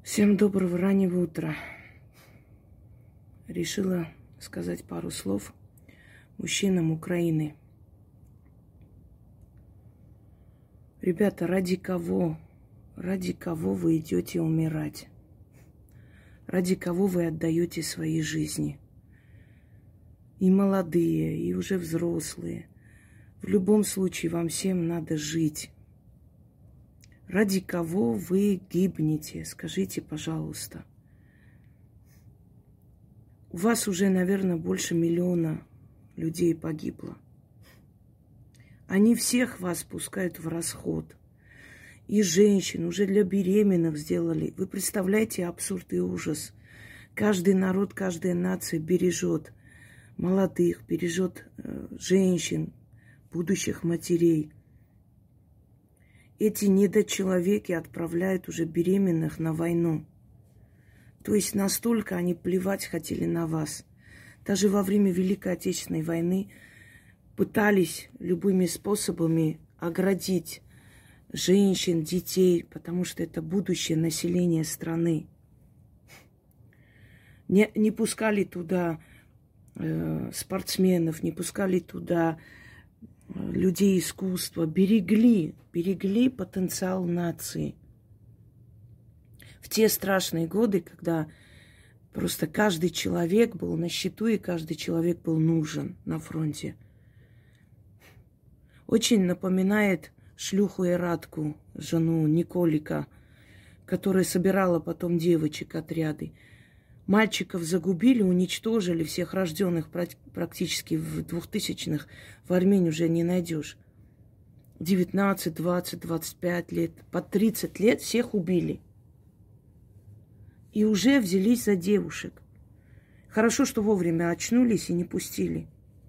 Всем доброго раннего утра. Решила сказать пару слов мужчинам Украины. Ребята, ради кого вы идете умирать? Ради кого вы отдаете свои жизни? И молодые, и уже взрослые. В любом случае, вам всем надо жить. Ради кого вы гибнете? Скажите, пожалуйста. У вас уже, наверное, больше 1 миллиона людей погибло. Они всех вас пускают в расход. И женщин уже для беременных сделали. Вы представляете абсурд и ужас? Каждый народ, каждая нация бережет молодых, бережет женщин, будущих матерей. Эти недочеловеки отправляют уже беременных на войну. То есть настолько они плевать хотели на вас. Даже во время Великой Отечественной войны пытались любыми способами оградить женщин, детей, потому что это будущее население страны. Не пускали туда спортсменов, не пускали туда людей искусства, берегли потенциал нации. В те страшные годы, когда просто каждый человек был на счету и каждый человек был нужен на фронте. Очень напоминает шлюху Иратку, жену Николика, которая собирала потом девочек отряды. Мальчиков загубили, уничтожили, всех рожденных практически в 2000-х в Армении уже не найдешь. 19, 20, 25 лет, по 30 лет всех убили. И уже взялись за девушек. Хорошо, что вовремя очнулись и не пустили.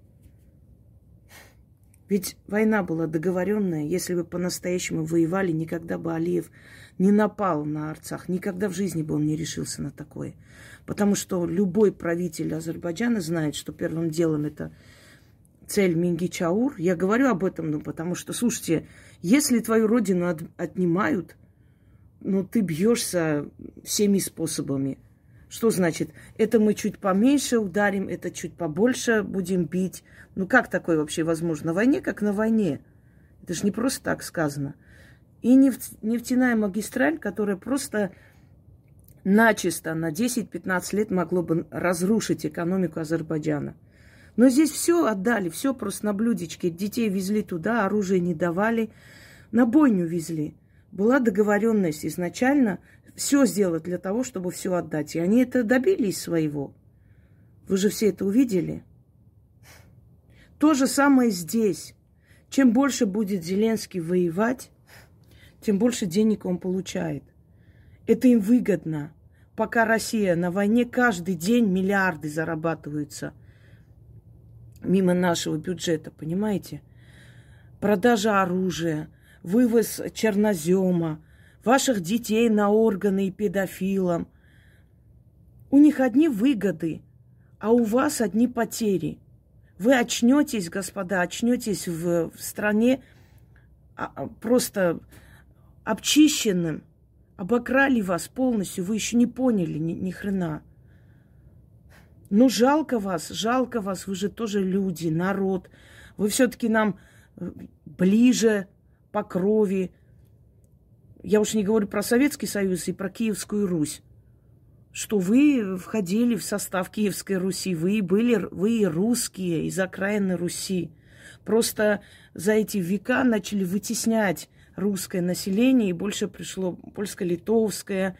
Ведь война была договоренная. Если бы по-настоящему воевали, никогда бы Алиев не напал на Арцах. Никогда в жизни бы он не решился на такое. Потому что любой правитель Азербайджана знает, что первым делом это цель Мингичаур. Я говорю об этом, потому что, слушайте, если твою родину отнимают, ты бьешься всеми способами. Что значит? Это мы чуть поменьше ударим, это чуть побольше будем бить. Как такое вообще возможно? На войне, как на войне. Это же не просто так сказано. И нефтяная магистраль, которая просто начисто на 10-15 лет могло бы разрушить экономику Азербайджана. Но здесь все отдали, все просто на блюдечке. Детей везли туда, оружие не давали, на бойню везли. Была договоренность изначально все сделать для того, чтобы все отдать. И они это добились своего. Вы же все это увидели. То же самое здесь. Чем больше будет Зеленский воевать, тем больше денег он получает. Это им выгодно. Пока Россия на войне, каждый день миллиарды зарабатываются мимо нашего бюджета, понимаете? Продажа оружия, вывоз чернозема, ваших детей на органы и педофилам. У них одни выгоды, а у вас одни потери. Вы очнетесь, господа, очнетесь в стране просто обчищенным. Обокрали вас полностью, вы еще не поняли ни хрена. Жалко вас, вы же тоже люди, народ. Вы все-таки нам ближе по крови. Я уж не говорю про Советский Союз и про Киевскую Русь. Что вы входили в состав Киевской Руси, вы русские из окраины Руси. Просто за эти века начали вытеснять русское население, и больше пришло польско-литовское.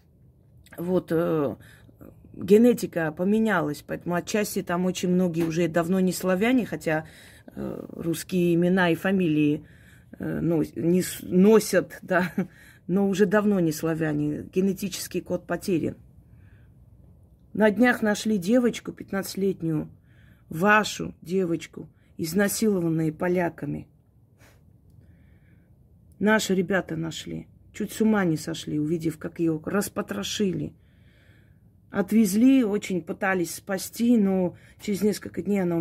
Генетика поменялась, поэтому отчасти там очень многие уже давно не славяне, хотя русские имена и фамилии не носят, да, но уже давно не славяне. Генетический код потерян. На днях нашли девочку, 15-летнюю, вашу девочку, изнасилованную поляками. Наши ребята нашли. Чуть с ума не сошли, увидев, как ее распотрошили. Отвезли, очень пытались спасти, но через несколько дней она умерла от этих ран. Не смогли. Несовместимой с жизнью.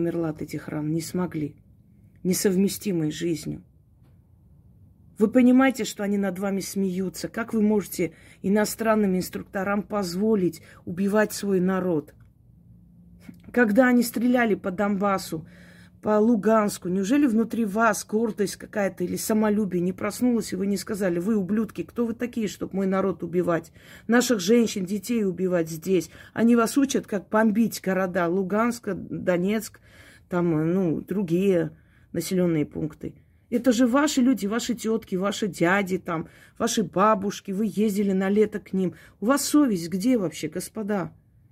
Вы понимаете, что они над вами смеются? Как вы можете иностранным инструкторам позволить убивать свой народ? Когда они стреляли по Донбассу, по Луганску, неужели внутри вас гордость какая-то или самолюбие не проснулось, и вы не сказали: вы, ублюдки, кто вы такие, чтобы мой народ убивать? Наших женщин, детей убивать здесь. Они вас учат, как бомбить города Луганска, Донецк, там, другие населенные пункты. Это же ваши люди, ваши тетки, ваши дяди, там, ваши бабушки. Вы ездили на лето к ним. У вас совесть где вообще, господа?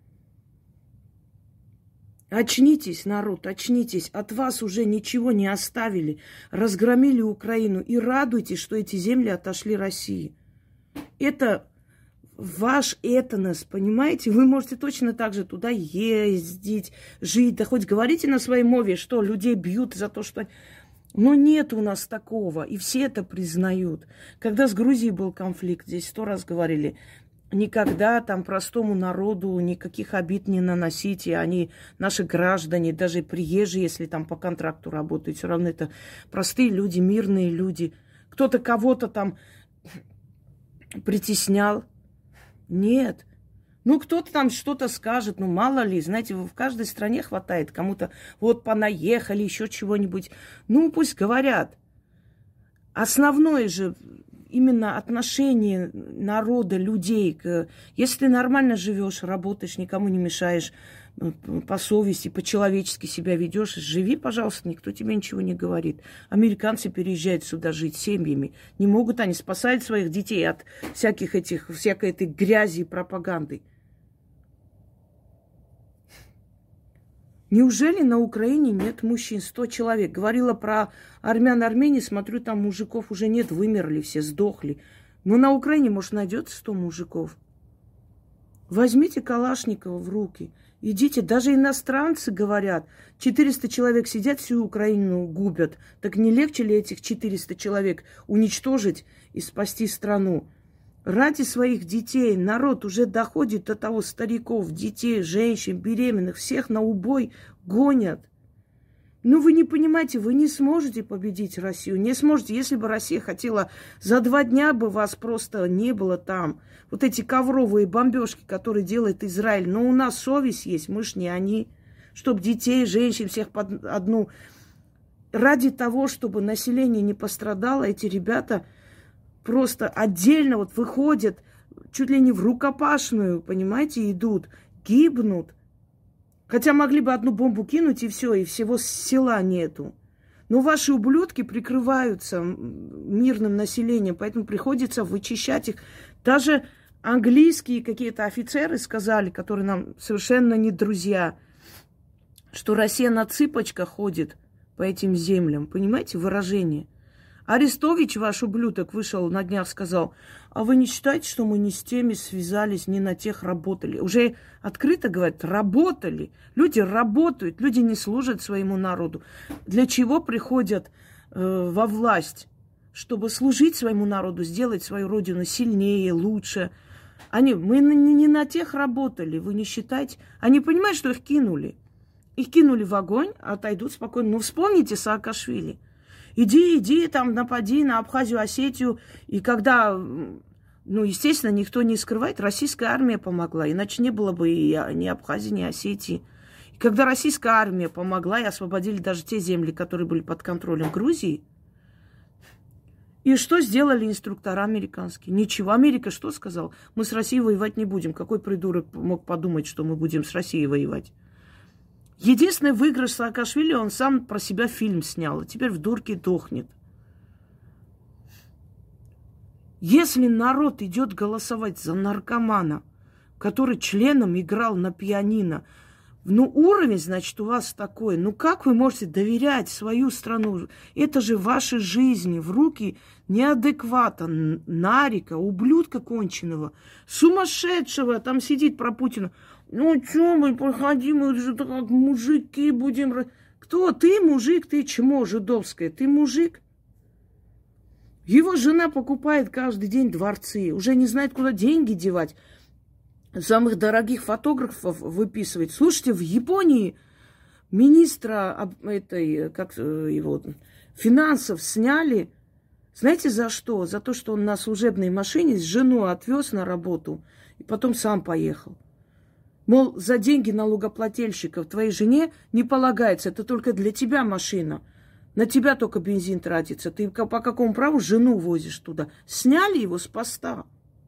Очнитесь, народ, очнитесь. От вас уже ничего не оставили. Разгромили Украину. И радуйтесь, что эти земли отошли России. Это ваш этнос, понимаете? Вы можете точно так же туда ездить, жить. Да хоть говорите на своей мове, что людей бьют за то, что... Но нет у нас такого, и все это признают. Когда с Грузией был конфликт, здесь 100 раз говорили, никогда там простому народу никаких обид не наносите. Они наши граждане, даже приезжие, если там по контракту работают, все равно это простые люди, мирные люди. Кто-то кого-то там притеснял. Нет. Кто-то там что-то скажет, мало ли, знаете, в каждой стране хватает кому-то, вот понаехали, еще чего-нибудь. Пусть говорят. Основное же именно отношение народа, людей. Если ты нормально живешь, работаешь, никому не мешаешь, по совести, по-человечески себя ведешь, живи, пожалуйста, никто тебе ничего не говорит. Американцы переезжают сюда жить семьями. Не могут они спасать своих детей от всякой этой грязи и пропаганды. Неужели на Украине нет мужчин? 100 человек. Говорила про армян-армении, смотрю, там мужиков уже нет, вымерли все, сдохли. Но на Украине, может, найдется 100 мужиков. Возьмите Калашникова в руки. Идите, даже иностранцы говорят, 400 человек сидят, всю Украину губят. Так не легче ли этих 400 человек уничтожить и спасти страну? Ради своих детей народ уже доходит до того, стариков, детей, женщин, беременных, всех на убой гонят. Вы не понимаете, вы не сможете победить Россию, не сможете. Если бы Россия хотела, за 2 дня бы вас просто не было там. Вот эти ковровые бомбежки, которые делает Израиль. Но у нас совесть есть, мы ж не они. Чтоб детей, женщин, всех под одну. Ради того, чтобы население не пострадало, эти ребята просто отдельно выходят, чуть ли не в рукопашную, понимаете, идут, гибнут. Хотя могли бы одну бомбу кинуть, и все, и всего села нету. Но ваши ублюдки прикрываются мирным населением, поэтому приходится вычищать их. Даже английские какие-то офицеры сказали, которые нам совершенно не друзья, что Россия на цыпочках ходит по этим землям. Понимаете, выражение? Арестович, ваш ублюдок, вышел на днях, сказал: а вы не считаете, что мы не с теми связались, не на тех работали? Уже открыто говорят, работали. Люди работают, люди не служат своему народу. Для чего приходят во власть? Чтобы служить своему народу, сделать свою родину сильнее, лучше. Мы не на тех работали, вы не считаете? Они понимают, что их кинули. Их кинули в огонь, отойдут спокойно. Вспомните Саакашвили. Иди, там, напади на Абхазию, Осетию. И когда, естественно, никто не скрывает, российская армия помогла. Иначе не было бы ни Абхазии, ни Осетии. И когда российская армия помогла, и освободили даже те земли, которые были под контролем Грузии, и что сделали инструктора американские? Ничего. Америка что сказала? Мы с Россией воевать не будем. Какой придурок мог подумать, что мы будем с Россией воевать? Единственный выигрыш Саакашвили, он сам про себя фильм снял, и теперь в дурке дохнет. Если народ идет голосовать за наркомана, который членом играл на пианино, уровень, значит, у вас такой. Как вы можете доверять свою страну? Это же ваши жизни в руки неадеквата, нарика, ублюдка конченого, сумасшедшего, там сидит про Путина. Что мы проходим, мы же как мужики будем... Кто? Ты мужик, ты чмо жидовское, ты мужик? Его жена покупает каждый день дворцы, уже не знает, куда деньги девать. Самых дорогих фотографов выписывает. Слушайте, в Японии министра финансов сняли Знаете, за что? За то, что он на служебной машине жену отвез на работу и потом сам поехал. Мол, за деньги налогоплательщиков твоей жене не полагается. Это только для тебя машина. На тебя только бензин тратится. Ты по какому праву жену возишь туда? Сняли его с поста.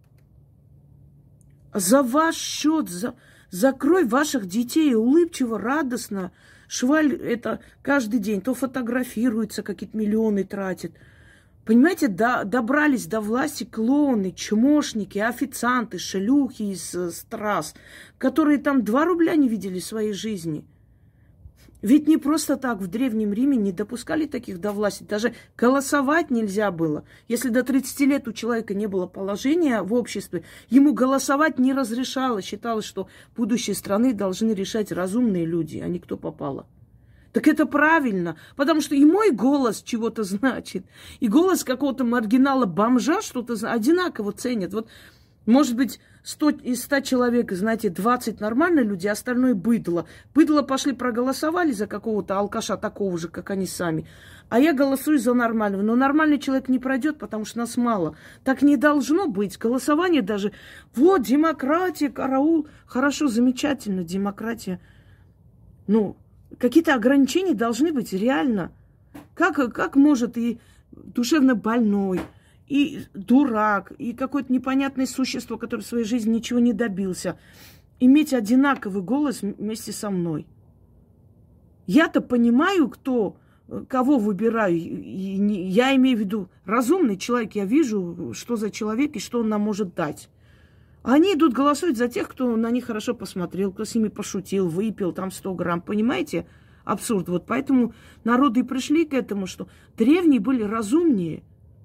За ваш счет, закрой ваших детей улыбчиво, радостно. Шваль это каждый день. То фотографируется, какие-то миллионы тратит. Понимаете, добрались до власти клоуны, чмошники, официанты, шлюхи из трасс, которые там 2 рубля не видели в своей жизни. Ведь не просто так в Древнем Риме не допускали таких до власти. Даже голосовать нельзя было. Если до 30 лет у человека не было положения в обществе, ему голосовать не разрешалось. Считалось, что будущее страны должны решать разумные люди, а не кто попало. Так это правильно, потому что и мой голос чего-то значит, и голос какого-то маргинала-бомжа что-то одинаково ценят. Вот, может быть, из 100 человек, знаете, 20 нормальные люди, а остальное быдло. Быдло пошли проголосовали за какого-то алкаша такого же, как они сами. А я голосую за нормального. Но нормальный человек не пройдет, потому что нас мало. Так не должно быть. Голосование даже... Вот, демократия, караул. Хорошо, замечательно, демократия. Ну... Какие-то ограничения должны быть реально. Как может и душевно больной, и дурак, и какое-то непонятное существо, которое в своей жизни ничего не добился, иметь одинаковый голос вместе со мной? Я-то понимаю, кого выбираю. Я имею в виду разумный человек. Я вижу, что за человек и что он нам может дать. Они идут голосовать за тех, кто на них хорошо посмотрел, кто с ними пошутил, выпил там 100 грамм. Понимаете? Абсурд. Вот поэтому народы и пришли к этому, что древние были разумнее.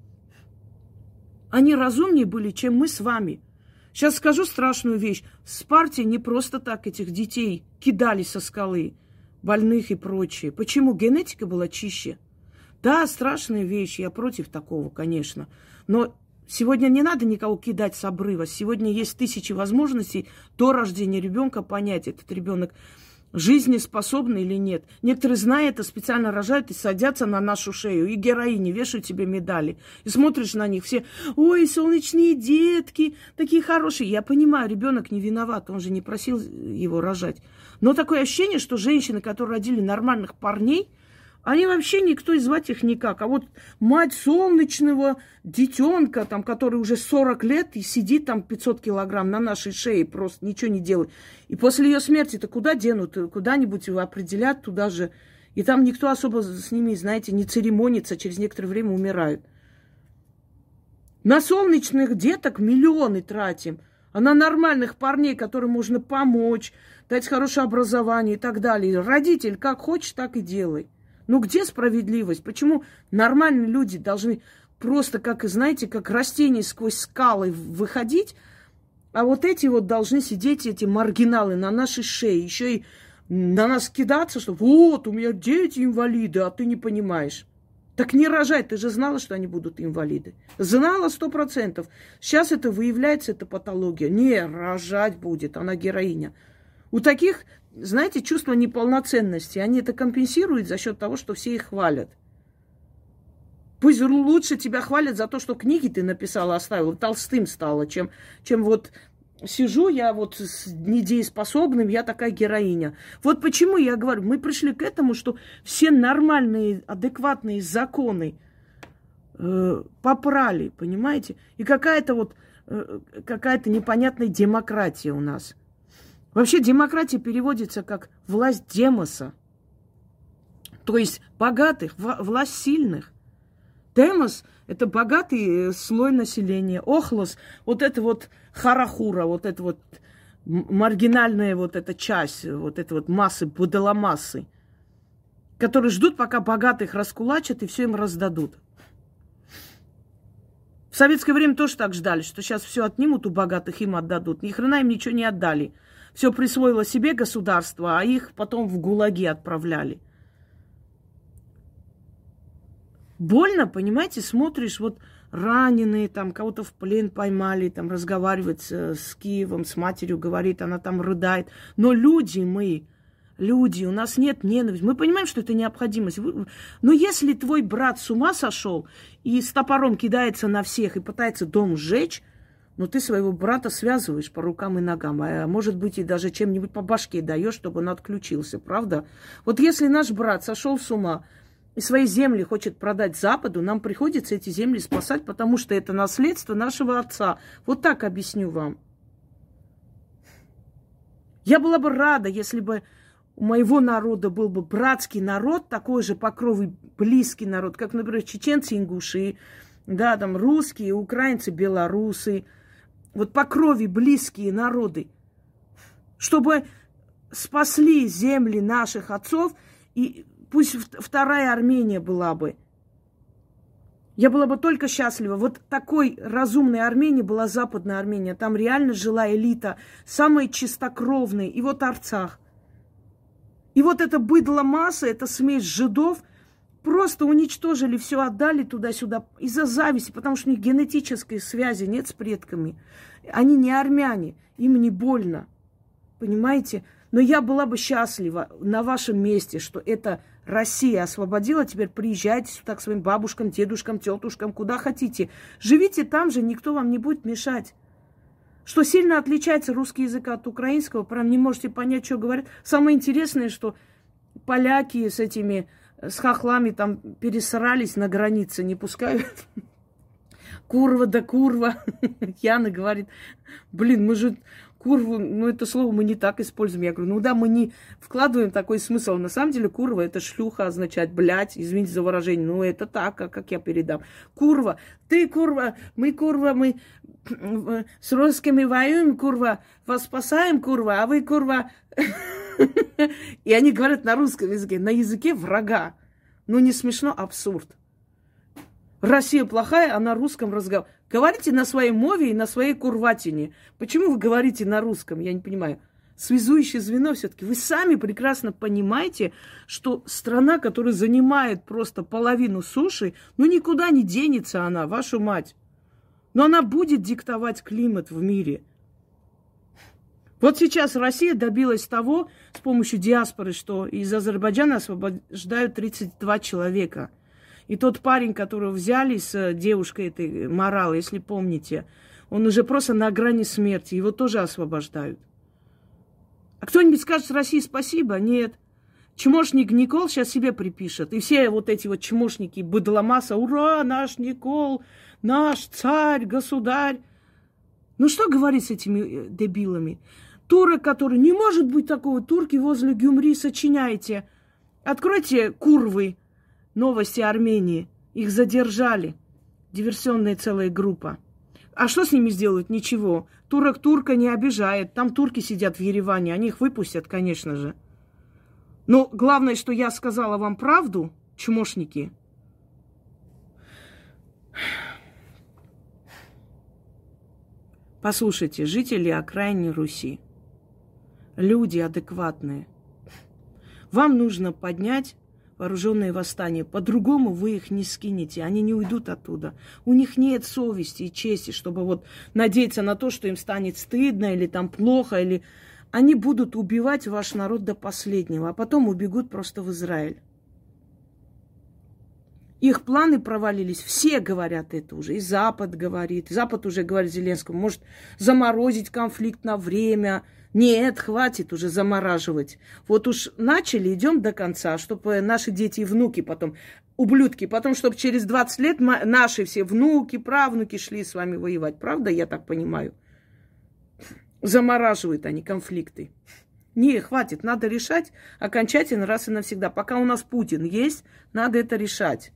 Они разумнее были, чем мы с вами. Сейчас скажу страшную вещь. В Спарте не просто так этих детей кидали со скалы, больных и прочее. Почему? Генетика была чище. Да, страшная вещь, я против такого, конечно. Но... Сегодня не надо никого кидать с обрыва. Сегодня есть 1000 возможностей до рождения ребенка понять, этот ребенок жизнеспособный или нет. Некоторые, зная это, специально рожают и садятся на нашу шею. И героини вешают тебе медали. И смотришь на них все, ой, солнечные детки, такие хорошие. Я понимаю, ребенок не виноват, он же не просил его рожать. Но такое ощущение, что женщины, которые родили нормальных парней, они вообще никто и звать их никак. А вот мать солнечного детенка, там, который уже 40 лет и сидит там 500 килограмм на нашей шее, просто ничего не делает. И после ее смерти-то куда денут? Куда-нибудь его определят туда же. И там никто особо с ними, знаете, не церемонится, через некоторое время умирают. На солнечных деток миллионы тратим. А на нормальных парней, которым можно помочь, дать хорошее образование и так далее. Родитель как хочешь, так и делай. Ну где справедливость? Почему нормальные люди должны просто, как, знаете, как растения сквозь скалы выходить, а вот эти вот должны сидеть, эти маргиналы, на нашей шее, еще и на нас кидаться, что вот, у меня дети инвалиды, а ты не понимаешь. Так не рожай, ты же знала, что они будут инвалиды. Знала 100%. Сейчас это выявляется, эта патология. Не, рожать будет, она героиня. У таких... Знаете, чувство неполноценности, они это компенсируют за счет того, что все их хвалят. Пусть лучше тебя хвалят за то, что книги ты написала, оставила, толстым стала, чем вот сижу я вот с недееспособным, я такая героиня. Вот почему я говорю, мы пришли к этому, что все нормальные, адекватные законы попрали, понимаете? И какая-то непонятная демократия у нас. Вообще демократия переводится как власть демоса. То есть богатых, власть сильных. Демос – это богатый слой населения. Охлос – вот это вот харахура, вот это вот маргинальная вот эта часть, вот этой вот массы, быдломассы, которые ждут, пока богатых раскулачат и все им раздадут. В советское время тоже так ждали, что сейчас все отнимут у богатых, им отдадут. Ни хрена им ничего не отдали. Все присвоило себе государство, а их потом в ГУЛАГи отправляли. Больно, понимаете, смотришь, вот раненые, там кого-то в плен поймали, там разговаривать с Киевом, с матерью говорит, она там рыдает. Но люди мы, люди, у нас нет ненависти. Мы понимаем, что это необходимость. Но если твой брат с ума сошел и с топором кидается на всех и пытается дом сжечь, ну ты своего брата связываешь по рукам и ногам, а может быть и даже чем-нибудь по башке даешь, чтобы он отключился, правда? Вот если наш брат сошел с ума и свои земли хочет продать Западу, нам приходится эти земли спасать, потому что это наследство нашего отца. Вот так объясню вам. Я была бы рада, если бы у моего народа был бы братский народ, такой же по крови близкий народ, как, например, чеченцы, ингуши, да, там русские, украинцы, белорусы. Вот по крови близкие народы. Чтобы спасли земли наших отцов, и пусть вторая Армения была бы. Я была бы только счастлива. Вот такой разумной Армении была Западная Армения. Там реально жила элита, самые чистокровные. И вот Арцах. И вот эта быдло масса, эта смесь жидов, просто уничтожили все, отдали туда-сюда из-за зависти, потому что у них генетической связи нет с предками. Они не армяне, им не больно. Понимаете? Но я была бы счастлива на вашем месте, что это Россия освободила. Теперь приезжайте сюда к своим бабушкам, дедушкам, тетушкам, куда хотите. Живите там же, никто вам не будет мешать. Что сильно отличается русский язык от украинского, прям не можете понять, что говорят. Самое интересное, что поляки с хохлами там пересрались на границе, не пускают. Курва да курва. Яна говорит, блин, мы же курву, ну это слово мы не так используем. Я говорю, ну да, мы не вкладываем такой смысл. На самом деле курва это шлюха означает, блядь, извините за выражение, ну это так, а как я передам. Курва, ты курва, мы с русскими воюем, курва, вас спасаем, курва, а вы курва. И они говорят на русском языке, на языке врага. Ну не смешно, абсурд. Россия плохая, а на русском разговаривает. Говорите на своей мове и на своей курватине. Почему вы говорите на русском? Я не понимаю. Связующее звено все-таки. Вы сами прекрасно понимаете, что страна, которая занимает просто половину суши, ну никуда не денется она, вашу мать. Но она будет диктовать климат в мире. Вот сейчас Россия добилась того, с помощью диаспоры, что из Азербайджана освобождают 32 человека. И тот парень, которого взяли с девушкой этой, Марал, если помните, он уже просто на грани смерти. Его тоже освобождают. А кто-нибудь скажет России спасибо? Нет. Чмошник Никол сейчас себе припишет. И все вот эти вот чмошники, быдломаса, ура, наш Никол, наш царь, государь. Ну что говорить с этими дебилами? Турок, который, не может быть такого, турки возле Гюмри сочиняете. Откройте курвы. Новости Армении. Их задержали. Диверсионная целая группа. А что с ними сделают? Ничего. Турок турка не обижает. Там турки сидят в Ереване. Они их выпустят, конечно же. Но главное, что я сказала вам правду, чмошники. Послушайте, жители окраины Руси. Люди адекватные. Вам нужно поднять вооруженные восстания. По-другому вы их не скинете. Они не уйдут оттуда. У них нет совести и чести, чтобы вот надеяться на то, что им станет стыдно или там плохо. Или они будут убивать ваш народ до последнего, а потом убегут просто в Израиль. Их планы провалились. Все говорят это уже. И Запад говорит. Запад уже говорит Зеленскому, может заморозить конфликт на время. Нет, хватит уже замораживать. Вот уж начали, идем до конца, чтобы наши дети и внуки потом, ублюдки, потом, чтобы через 20 лет наши все внуки, правнуки шли с вами воевать. Правда, я так понимаю? Замораживают они конфликты. Не, хватит, надо решать окончательно раз и навсегда. Пока у нас Путин есть, надо это решать.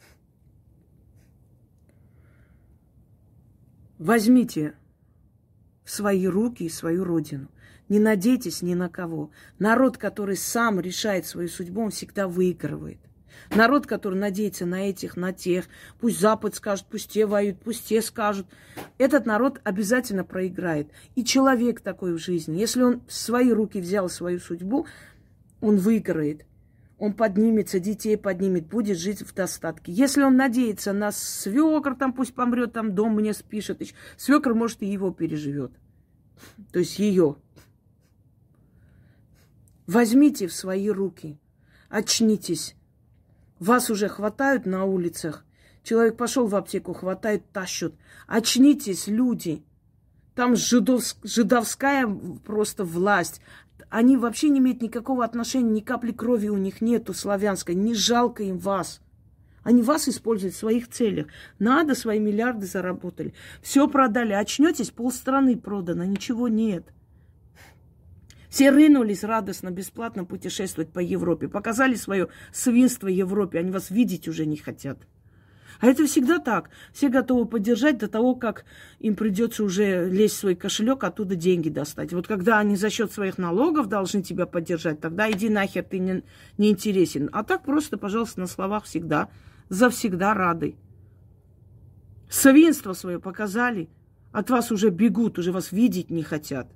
Возьмите в свои руки свою родину. Не надейтесь ни на кого. Народ, который сам решает свою судьбу, он всегда выигрывает. Народ, который надеется на этих, на тех, пусть Запад скажет, пусть те воюют, пусть те скажут, этот народ обязательно проиграет. И человек такой в жизни, если он в свои руки взял свою судьбу, он выиграет. Он поднимется, детей поднимет, будет жить в достатке. Если он надеется на свекр, там пусть помрет, там дом мне спишет, свекр, может, и его переживет. То есть ее. Возьмите в свои руки. Очнитесь. Вас уже хватают на улицах. Человек пошел в аптеку, хватают, тащут. Очнитесь, люди. Там жидовская просто власть. Они вообще не имеют никакого отношения, ни капли крови у них нету славянской. Не жалко им вас. Они вас используют в своих целях. Надо, свои миллиарды заработали. Все продали. Очнетесь, полстраны продано, ничего нет. Все рынулись радостно, бесплатно путешествовать по Европе. Показали свое свинство Европе. Они вас видеть уже не хотят. А это всегда так. Все готовы поддержать до того, как им придется уже лезть в свой кошелек, оттуда деньги достать. Вот когда они за счет своих налогов должны тебя поддержать, тогда иди нахер, ты не интересен. А так просто, пожалуйста, на словах всегда, завсегда рады. Свинство свое показали, от вас уже бегут, уже вас видеть не хотят.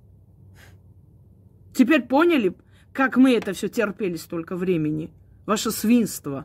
Теперь поняли, как мы это все терпели столько времени? Ваше свинство.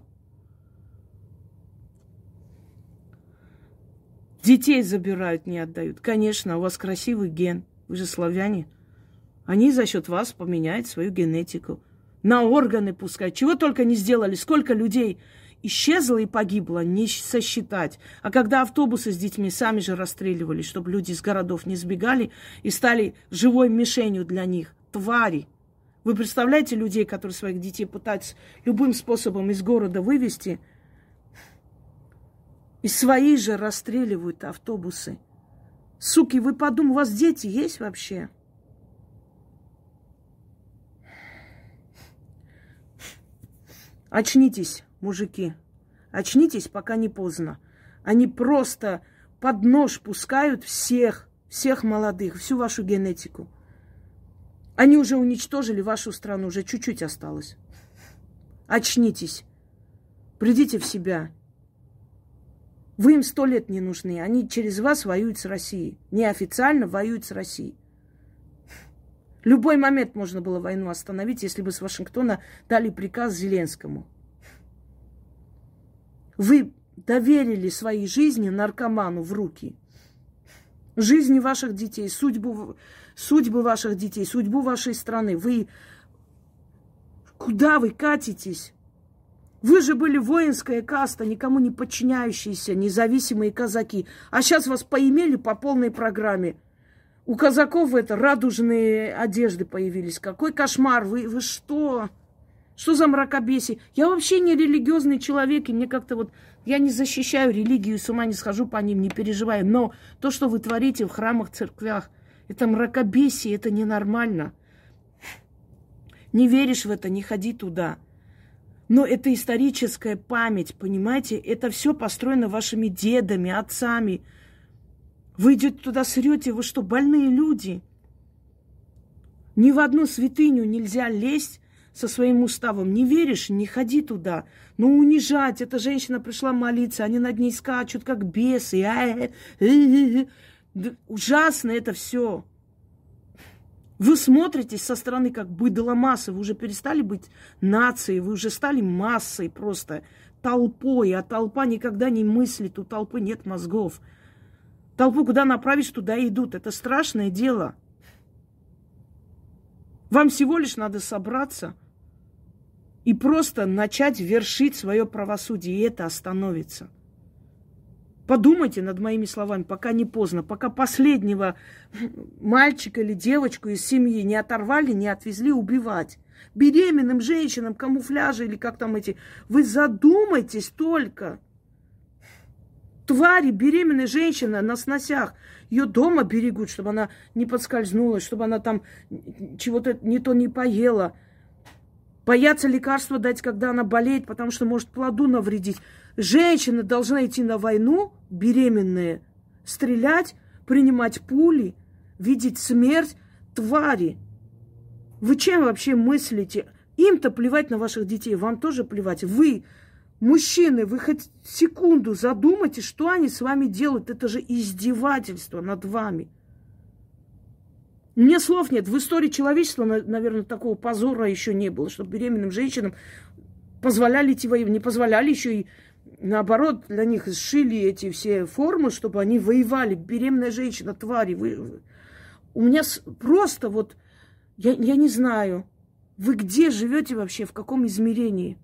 Детей забирают, не отдают. Конечно, у вас красивый ген. Вы же славяне. Они за счет вас поменяют свою генетику. На органы пускай. Чего только не сделали. Сколько людей исчезло и погибло, не сосчитать. А когда автобусы с детьми сами же расстреливали, чтобы люди из городов не сбегали и стали живой мишенью для них. Твари. Вы представляете людей, которые своих детей пытаются любым способом из города вывести? И свои же расстреливают автобусы. Суки, вы подумайте, у вас дети есть вообще? Очнитесь, мужики. Очнитесь, пока не поздно. Они просто под нож пускают всех молодых, всю вашу генетику. Они уже уничтожили вашу страну, уже чуть-чуть осталось. Очнитесь. Придите в себя. Вы им 100 лет не нужны. Они через вас воюют с Россией. Неофициально воюют с Россией. Любой момент можно было войну остановить, если бы с Вашингтона дали приказ Зеленскому. Вы доверили свои жизни наркоману в руки. Жизни ваших детей, судьбы ваших детей, судьбу вашей страны. Куда вы катитесь? Вы же были воинская каста, никому не подчиняющиеся, независимые казаки. А сейчас вас поимели по полной программе. У казаков радужные одежды появились. Какой кошмар! Вы что? Что за мракобесие? Я вообще не религиозный человек, и мне как-то я не защищаю религию, с ума не схожу по ним, не переживаю. Но то, что вы творите в храмах, церквях, это мракобесие, это ненормально. Не веришь в это, не ходи туда. Но это историческая память, понимаете? Это все построено вашими дедами, отцами. Вы идете туда, срете, вы что, больные люди? Ни в одну святыню нельзя лезть со своим уставом. Не веришь? Не ходи туда. Ну, унижать. Эта женщина пришла молиться, они над ней скачут, как бесы. Ужасно это все. Вы смотритесь со стороны как быдло массы. Вы уже перестали быть нацией, вы уже стали массой просто, толпой. А толпа никогда не мыслит, у толпы нет мозгов. Толпу куда направишь, туда и идут. Это страшное дело. Вам всего лишь надо собраться и просто начать вершить свое правосудие, и это остановится. Подумайте над моими словами, пока не поздно, пока последнего мальчика или девочку из семьи не оторвали, не отвезли убивать. Беременным женщинам, камуфляжи или как там эти. Вы задумайтесь только. Твари, беременная женщина на сносях. Ее дома берегут, чтобы она не подскользнулась, чтобы она там чего-то не то не поела. Боятся лекарства дать, когда она болеет, потому что может плоду навредить. Женщина должна идти на войну, беременная, стрелять, принимать пули, видеть смерть. Твари! Вы чем вообще мыслите? Им-то плевать на ваших детей, вам тоже плевать. Вы, мужчины, вы хоть секунду задумайтесь, что они с вами делают. Это же издевательство над вами. Мне слов нет. В истории человечества, наверное, такого позора еще не было, чтобы беременным женщинам позволяли идти воевать. Не позволяли еще и, наоборот, для них сшили эти все формы, чтобы они воевали. Беременная женщина, твари. У меня просто я не знаю. Вы где живете вообще? В каком измерении?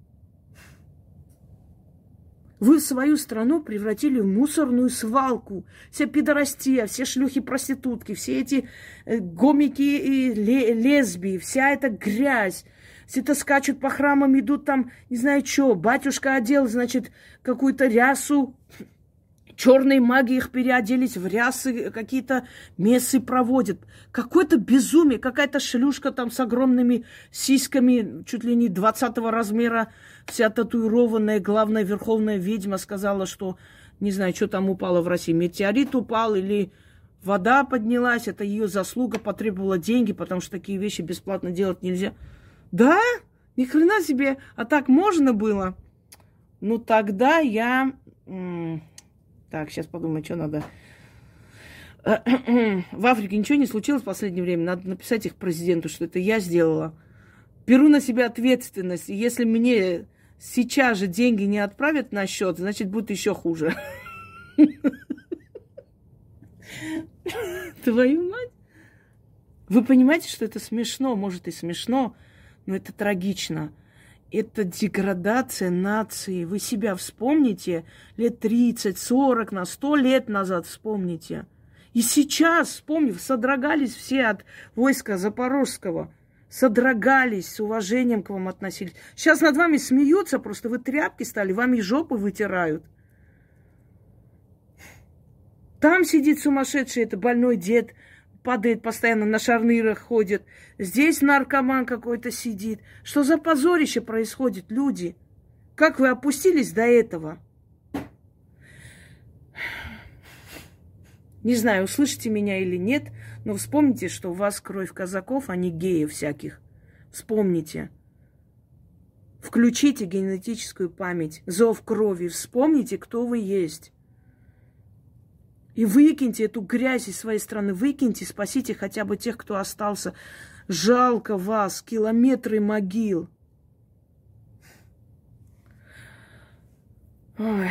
Вы свою страну превратили в мусорную свалку. Вся пидорастия, все шлюхи-проститутки, все эти гомики и лесбии, вся эта грязь. Все это скачут по храмам, идут там, не знаю что. Батюшка одел, значит, какую-то рясу. Черные маги их переоделись в рясы, какие-то мессы проводят. Какое-то безумие, какая-то шлюшка там с огромными сиськами, чуть ли не 20 размера, вся татуированная, главная верховная ведьма сказала, что, не знаю, что там упало в России, метеорит упал или вода поднялась, это ее заслуга, потребовала деньги, потому что такие вещи бесплатно делать нельзя. Да? Ни хрена себе, а так можно было? Ну, тогда я... Так, сейчас подумаю, что надо. В Африке ничего не случилось в последнее время. Надо написать их президенту, что это я сделала. Беру на себя ответственность. И если мне сейчас же деньги не отправят на счет, значит, будет еще хуже. Твою мать. Вы понимаете, что это смешно? Может, и смешно, но это трагично. Это деградация нации. Вы себя вспомните лет 30, 40, на 100 лет назад вспомните. И сейчас, вспомнив, содрогались все от войска Запорожского. Содрогались, с уважением к вам относились. Сейчас над вами смеются, просто вы тряпки стали, вами жопы вытирают. Там сидит сумасшедший, это больной дед, падает постоянно, на шарнирах ходит. Здесь наркоман какой-то сидит. Что за позорище происходит, люди? Как вы опустились до этого? Не знаю, услышите меня или нет, но вспомните, что у вас кровь казаков, а не геев всяких. Вспомните. Включите генетическую память, зов крови. Вспомните, кто вы есть. И выкиньте эту грязь из своей страны, выкиньте, спасите хотя бы тех, кто остался. Жалко вас, километры могил. Ой.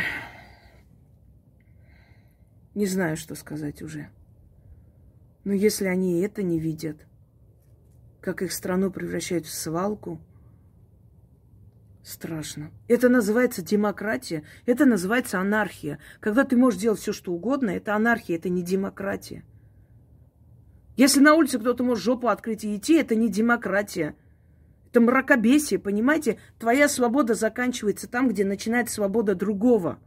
Не знаю, что сказать уже. Но если они это не видят, как их страну превращают в свалку, страшно. Это называется демократия, это называется анархия. Когда ты можешь делать все, что угодно, это анархия, это не демократия. Если на улице кто-то может жопу открыть и идти, это не демократия. Это мракобесие, понимаете? Твоя свобода заканчивается там, где начинается свобода другого.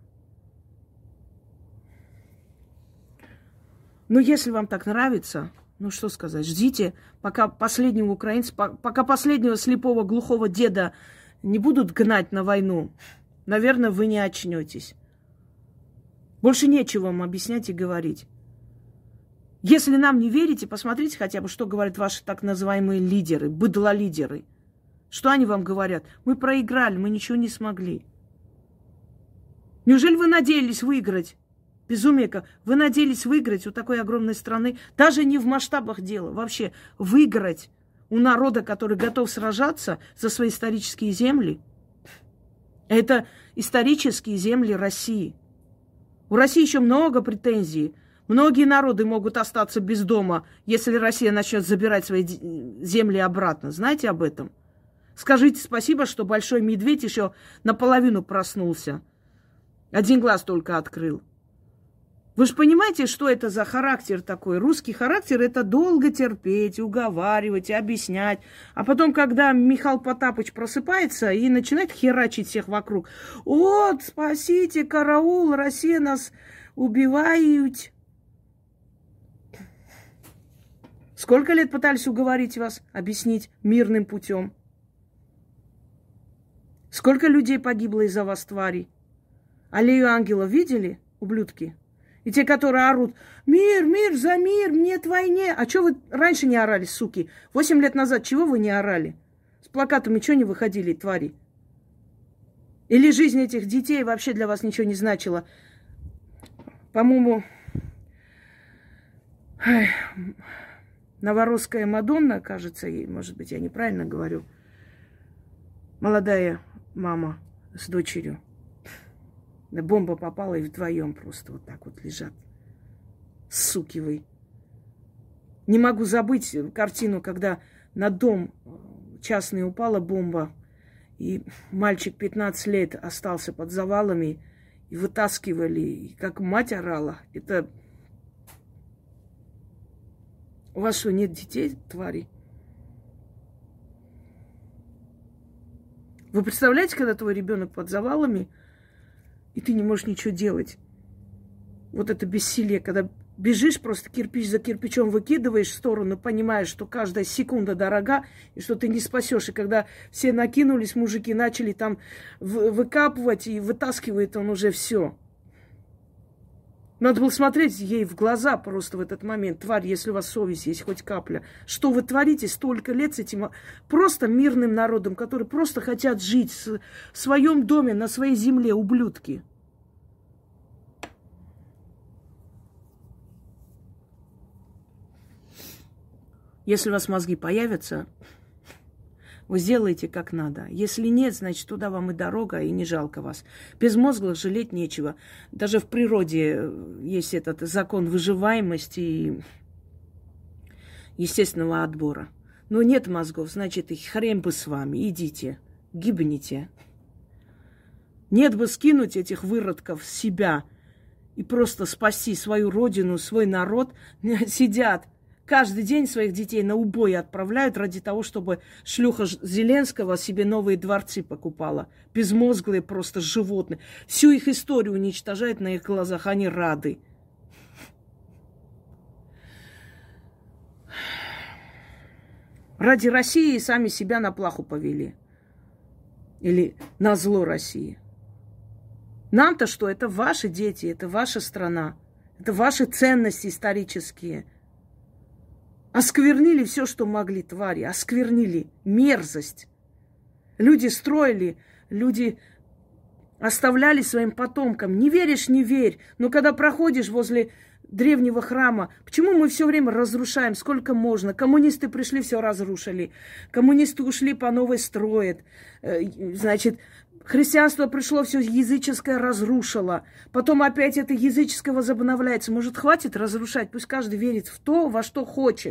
Но если вам так нравится, ну что сказать, ждите, пока последнего украинца, пока последнего слепого глухого деда не будут гнать на войну, наверное, вы не очнетесь. Больше нечего вам объяснять и говорить. Если нам не верите, посмотрите хотя бы, что говорят ваши так называемые лидеры, быдлолидеры. Что они вам говорят? Мы проиграли, мы ничего не смогли. Неужели вы надеялись выиграть? Безумие как. Вы надеялись выиграть у такой огромной страны, даже не в масштабах дела, вообще выиграть у народа, который готов сражаться за свои исторические земли. Это исторические земли России. У России еще много претензий. Многие народы могут остаться без дома, если Россия начнет забирать свои земли обратно. Знаете об этом? Скажите спасибо, что большой медведь еще наполовину проснулся. Один глаз только открыл. Вы же понимаете, что это за характер такой? Русский характер – это долго терпеть, уговаривать, объяснять. А потом, когда Михаил Потапыч просыпается и начинает херачить всех вокруг. Вот, спасите, караул, Россия нас убивает. Сколько лет пытались уговорить вас, объяснить мирным путем? Сколько людей погибло из-за вас, тварей? Аллею ангелов видели, ублюдки? И те, которые орут: мир, мир, за мир, нет войне. А что вы раньше не орали, суки? 8 лет назад чего вы не орали? С плакатами что не выходили, твари? Или жизнь этих детей вообще для вас ничего не значила? По-моему, новоросская Мадонна, кажется, ей, может быть, я неправильно говорю, молодая мама с дочерью. Да бомба попала и вдвоем просто вот так вот лежат. Суки вы. Не могу забыть картину, когда на дом частный упала бомба, и мальчик 15 лет остался под завалами, и вытаскивали, и как мать орала. Это... У вас что, нет детей, твари? Вы представляете, когда твой ребенок под завалами, и ты не можешь ничего делать? Вот это бессилие, когда бежишь, просто кирпич за кирпичом выкидываешь в сторону, понимаешь, что каждая секунда дорога, и что ты не спасешь. И когда все накинулись, мужики начали там выкапывать, и вытаскивает он уже все. Надо было смотреть ей в глаза просто в этот момент. Тварь, если у вас совесть есть хоть капля. Что вы творите столько лет с этим просто мирным народом, который просто хотят жить в своем доме, на своей земле, ублюдки. Если у вас мозги появятся, вы сделаете как надо. Если нет, значит, туда вам и дорога, и не жалко вас. Безмозглых жалеть нечего. Даже в природе есть этот закон выживаемости и естественного отбора. Но нет мозгов, значит, и хрен бы с вами. Идите, гибните. Нет бы скинуть этих выродков с себя и просто спасти свою родину, свой народ. Сидят. Каждый день своих детей на убой отправляют ради того, чтобы шлюха Зеленского себе новые дворцы покупала. Безмозглые просто животные. Всю их историю уничтожают на их глазах. Они рады. Ради России сами себя на плаху повели. Или на зло России. Нам-то что? Это ваши дети, это ваша страна. Это ваши ценности исторические. Осквернили все, что могли, твари. Осквернили. Мерзость. Люди строили, люди оставляли своим потомкам. Не веришь, не верь. Но когда проходишь возле древнего храма, почему мы все время разрушаем, сколько можно? Коммунисты пришли, все разрушили. Коммунисты ушли, по новой строят. Значит, христианство пришло, все языческое разрушило. Потом опять это языческое возобновляется. Может, хватит разрушать? Пусть каждый верит в то, во что хочет.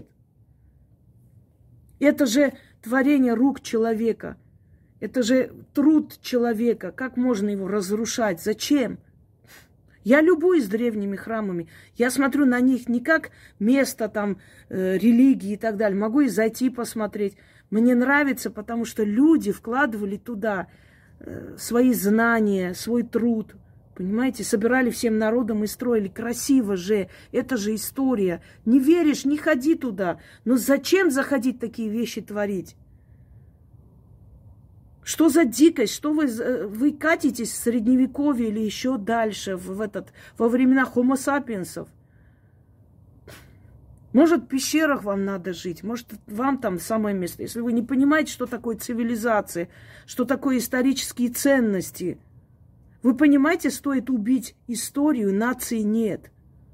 Это же творение рук человека. Это же труд человека. Как можно его разрушать? Зачем? Я любуюсь древними храмами. Я смотрю на них не как место там религии и так далее. Могу и зайти посмотреть. Мне нравится, потому что люди вкладывали туда свои знания, свой труд. Понимаете, собирали всем народом и строили. Красиво же. Это же история. Не веришь, не ходи туда. Но зачем заходить такие вещи творить? Что за дикость? Что вы катитесь в средневековье или еще дальше, во времена хомо сапиенсов? Может, в пещерах вам надо жить, может, вам там самое место. Если вы не понимаете, что такое цивилизация, что такое исторические ценности, вы понимаете, стоит убить историю, нации нет.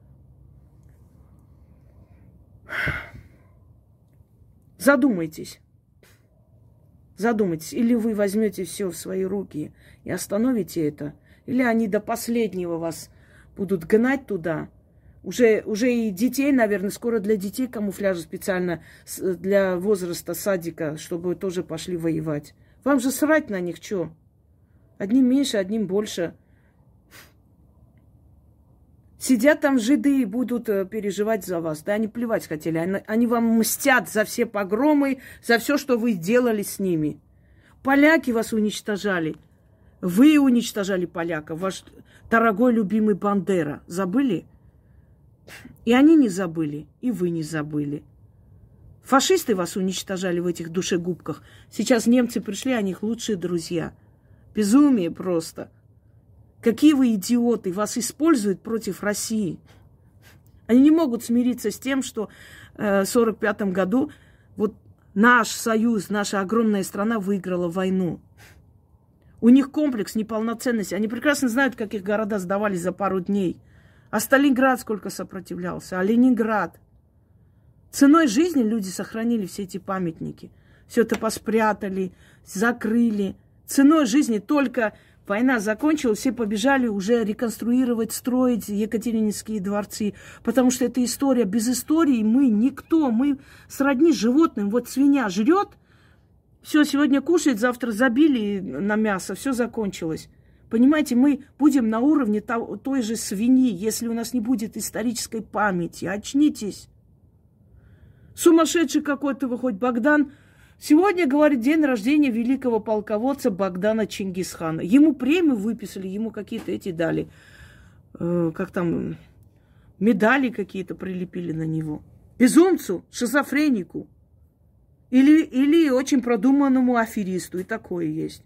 Задумайтесь. Задумайтесь. Или вы возьмете все в свои руки и остановите это, или они до последнего вас будут гнать туда. Уже и детей, наверное, скоро для детей камуфляжи специально для возраста садика, чтобы тоже пошли воевать. Вам же срать на них, что? Одним меньше, одним больше. Сидят там жиды и будут переживать за вас. Да, они плевать хотели. Они вам мстят за все погромы, за все, что вы делали с ними. Поляки вас уничтожали. Вы уничтожали поляков. Ваш дорогой, любимый Бандера. Забыли? И они не забыли, и вы не забыли. Фашисты вас уничтожали в этих душегубках. Сейчас немцы пришли, они их лучшие друзья. Безумие просто. Какие вы идиоты, вас используют против России. Они не могут смириться с тем, что в 1945 году вот наш союз, наша огромная страна выиграла войну. У них комплекс неполноценности. Они прекрасно знают, как их города сдавались за пару дней. А Сталинград сколько сопротивлялся, а Ленинград. Ценой жизни люди сохранили все эти памятники. Все это поспрятали, закрыли. Ценой жизни только война закончилась, все побежали уже реконструировать, строить екатерининские дворцы. Потому что это история. Без истории мы никто. Мы сродни животным. Вот свинья жрет Все, сегодня кушает, завтра забили на мясо, все закончилось. Понимаете, мы будем на уровне той же свиньи, если у нас не будет исторической памяти. Очнитесь. Сумасшедший какой-то выходит Богдан. Сегодня, говорит, день рождения великого полководца Богдана Чингисхана. Ему премию выписали, ему какие-то эти дали. Как там, медали какие-то прилепили на него. Безумцу, шизофренику. Или очень продуманному аферисту. И такое есть.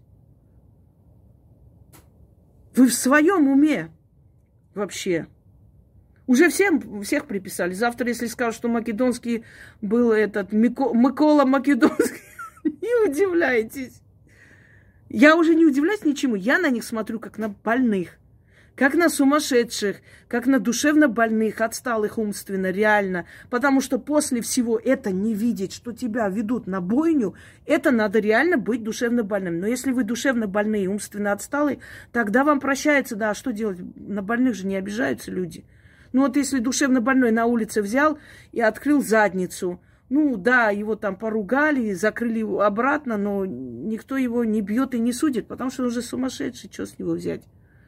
Вы в своем уме вообще? Уже всех приписали. Завтра, если скажут, что Македонский был этот Микола Македонский, не удивляйтесь. Я уже не удивляюсь ничему. Я на них смотрю как на больных, как на сумасшедших, как на душевно больных, отсталых умственно, реально. Потому что после всего это не видеть, что тебя ведут на бойню, это надо реально быть душевно больным. Но если вы душевно больные, умственно отсталые, тогда вам прощается, да, а что делать? На больных же не обижаются люди. Ну вот если душевно больной на улице взял и открыл задницу, ну да, его там поругали, закрыли его обратно, но никто его не бьет и не судит, потому что он уже сумасшедший, что с него взять?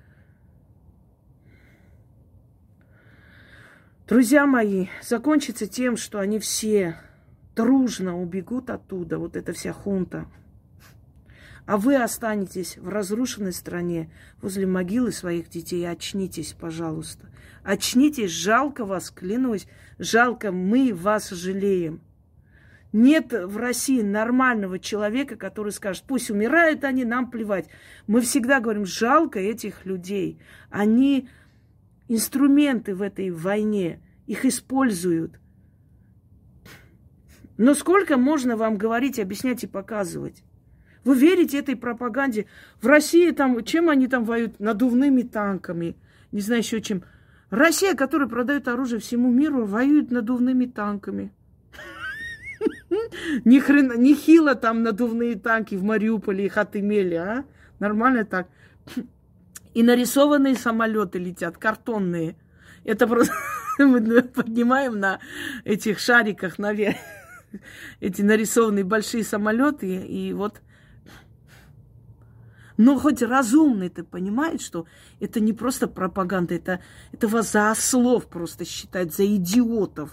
Друзья мои, закончится тем, что они все дружно убегут оттуда, вот эта вся хунта. А вы останетесь в разрушенной стране возле могилы своих детей. Очнитесь, пожалуйста. Очнитесь, жалко вас, клянусь. Жалко, мы вас жалеем. Нет в России нормального человека, который скажет, пусть умирают они, нам плевать. Мы всегда говорим, жалко этих людей. Они инструменты в этой войне, их используют. Но сколько можно вам говорить, объяснять и показывать? Вы верите этой пропаганде? В России там, чем они там воюют? Надувными танками. Не знаю еще чем. Россия, которая продает оружие всему миру, воюет надувными танками. Нехило там надувные танки в Мариуполе их отымели, а? Нормально так. И нарисованные самолеты летят, картонные. Это просто мы поднимаем на этих шариках наверх. Эти нарисованные большие самолеты, и вот. Но хоть разумный-то понимает, что это не просто пропаганда, это вас за ослов просто считают, за идиотов.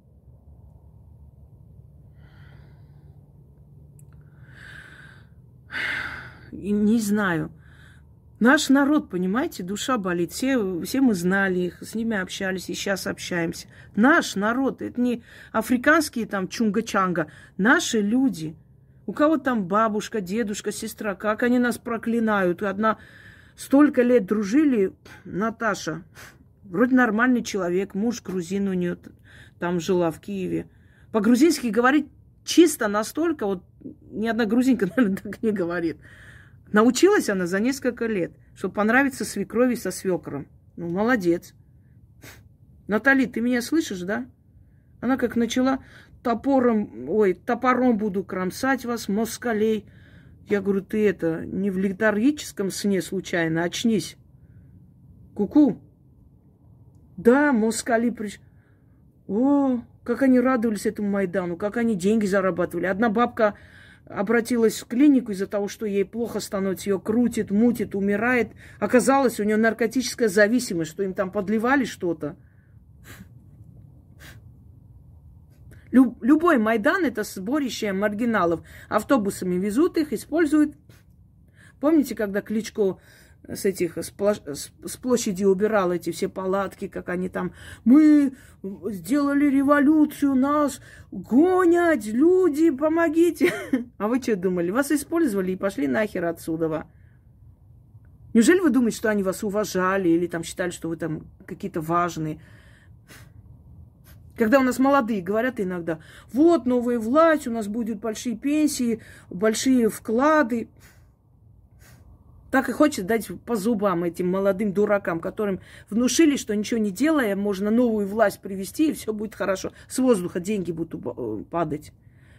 И не знаю. Наш народ, понимаете, душа болит. Все мы знали их, с ними общались и сейчас общаемся. Наш народ, это не африканские там чунга-чанга, наши люди. У кого там бабушка, дедушка, сестра, как они нас проклинают. Одна столько лет дружили, Наташа, вроде нормальный человек, муж грузин у нее там жила в Киеве. По-грузински говорить чисто настолько, вот ни одна грузинка, наверное, так не говорит. Научилась она за несколько лет, чтобы понравиться свекрови со свекром. Ну, молодец. Натали, ты меня слышишь, да? Она как начала топором буду кромсать вас, москалей. Я говорю, ты это, не в летаргическом сне случайно, очнись. Ку-ку. Да, москали пришли. О, как они радовались этому Майдану, как они деньги зарабатывали. Одна бабка обратилась в клинику из-за того, что ей плохо становится, ее крутит, мутит, умирает. Оказалось, у нее наркотическая зависимость, что им там подливали что-то. Любой Майдан – это сборище маргиналов. Автобусами везут их, используют. Помните, когда Кличко с площади убирал эти все палатки, как они там, мы сделали революцию, нас гонят, люди, помогите. А вы что думали? Вас использовали и пошли нахер отсюда. Неужели вы думаете, что они вас уважали или там считали, что вы там какие-то важные? Когда у нас молодые говорят иногда, вот новая власть, у нас будут большие пенсии, большие вклады. Так и хочет дать по зубам этим молодым дуракам, которым внушили, что ничего не делая, можно новую власть привести, и все будет хорошо. С воздуха деньги будут падать.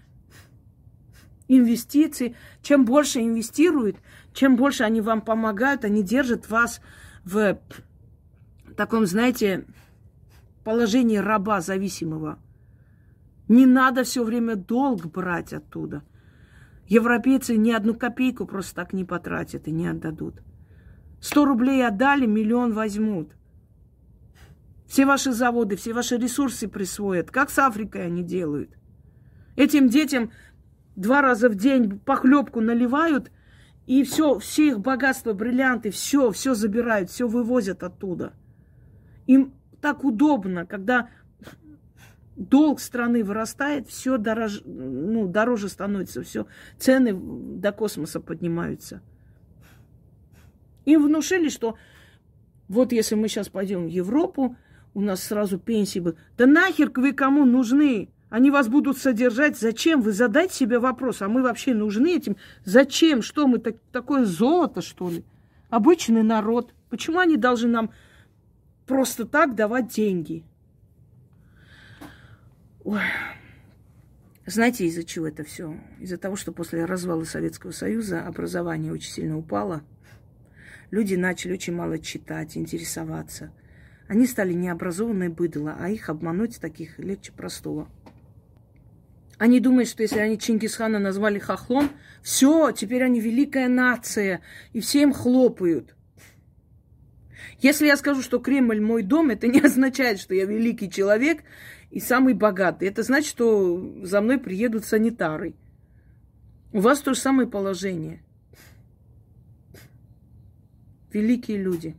Инвестиции. Чем больше инвестируют, чем больше они вам помогают, они держат вас в таком, знаете, положении раба зависимого. Не надо все время долг брать оттуда. Европейцы ни одну копейку просто так не потратят и не отдадут. 100 рублей отдали, миллион возьмут. Все ваши заводы, все ваши ресурсы присвоят. Как с Африкой они делают. Этим детям 2 раза в день похлебку наливают, и все их богатство, бриллианты, все забирают, все вывозят оттуда. Им так удобно, когда долг страны вырастает, все дороже становится, все цены до космоса поднимаются. Им внушили, что вот если мы сейчас пойдем в Европу, у нас сразу пенсии будут. Да нахер вы кому нужны? Они вас будут содержать. Зачем? Вы задайте себе вопрос, а мы вообще нужны этим? Зачем? Что мы такое золото, что ли? Обычный народ. Почему они должны нам просто так давать деньги? Ой. Знаете, из-за чего это все? Из-за того, что после развала Советского Союза образование очень сильно упало. Люди начали очень мало читать, интересоваться. Они стали необразованные быдло, а их обмануть таких легче простого. Они думают, что если они Чингисхана назвали хохлом, все, теперь они великая нация, и все им хлопают. Если я скажу, что Кремль мой дом, это не означает, что я великий человек и самый богатый. Это значит, что за мной приедут санитары. У вас то же самое положение. Великие люди.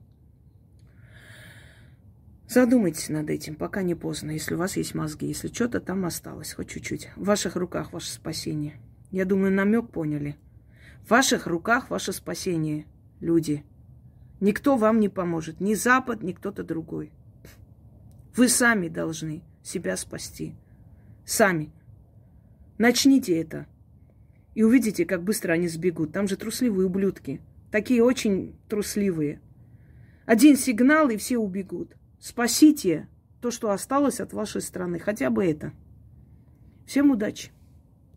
Задумайтесь над этим, пока не поздно, если у вас есть мозги, если что-то там осталось, хоть чуть-чуть. В ваших руках ваше спасение. Я думаю, намек поняли. В ваших руках ваше спасение, люди. Никто вам не поможет, ни Запад, ни кто-то другой. Вы сами должны себя спасти. Сами. Начните это. И увидите, как быстро они сбегут. Там же трусливые ублюдки. Такие очень трусливые. Один сигнал, и все убегут. Спасите то, что осталось от вашей страны. Хотя бы это. Всем удачи.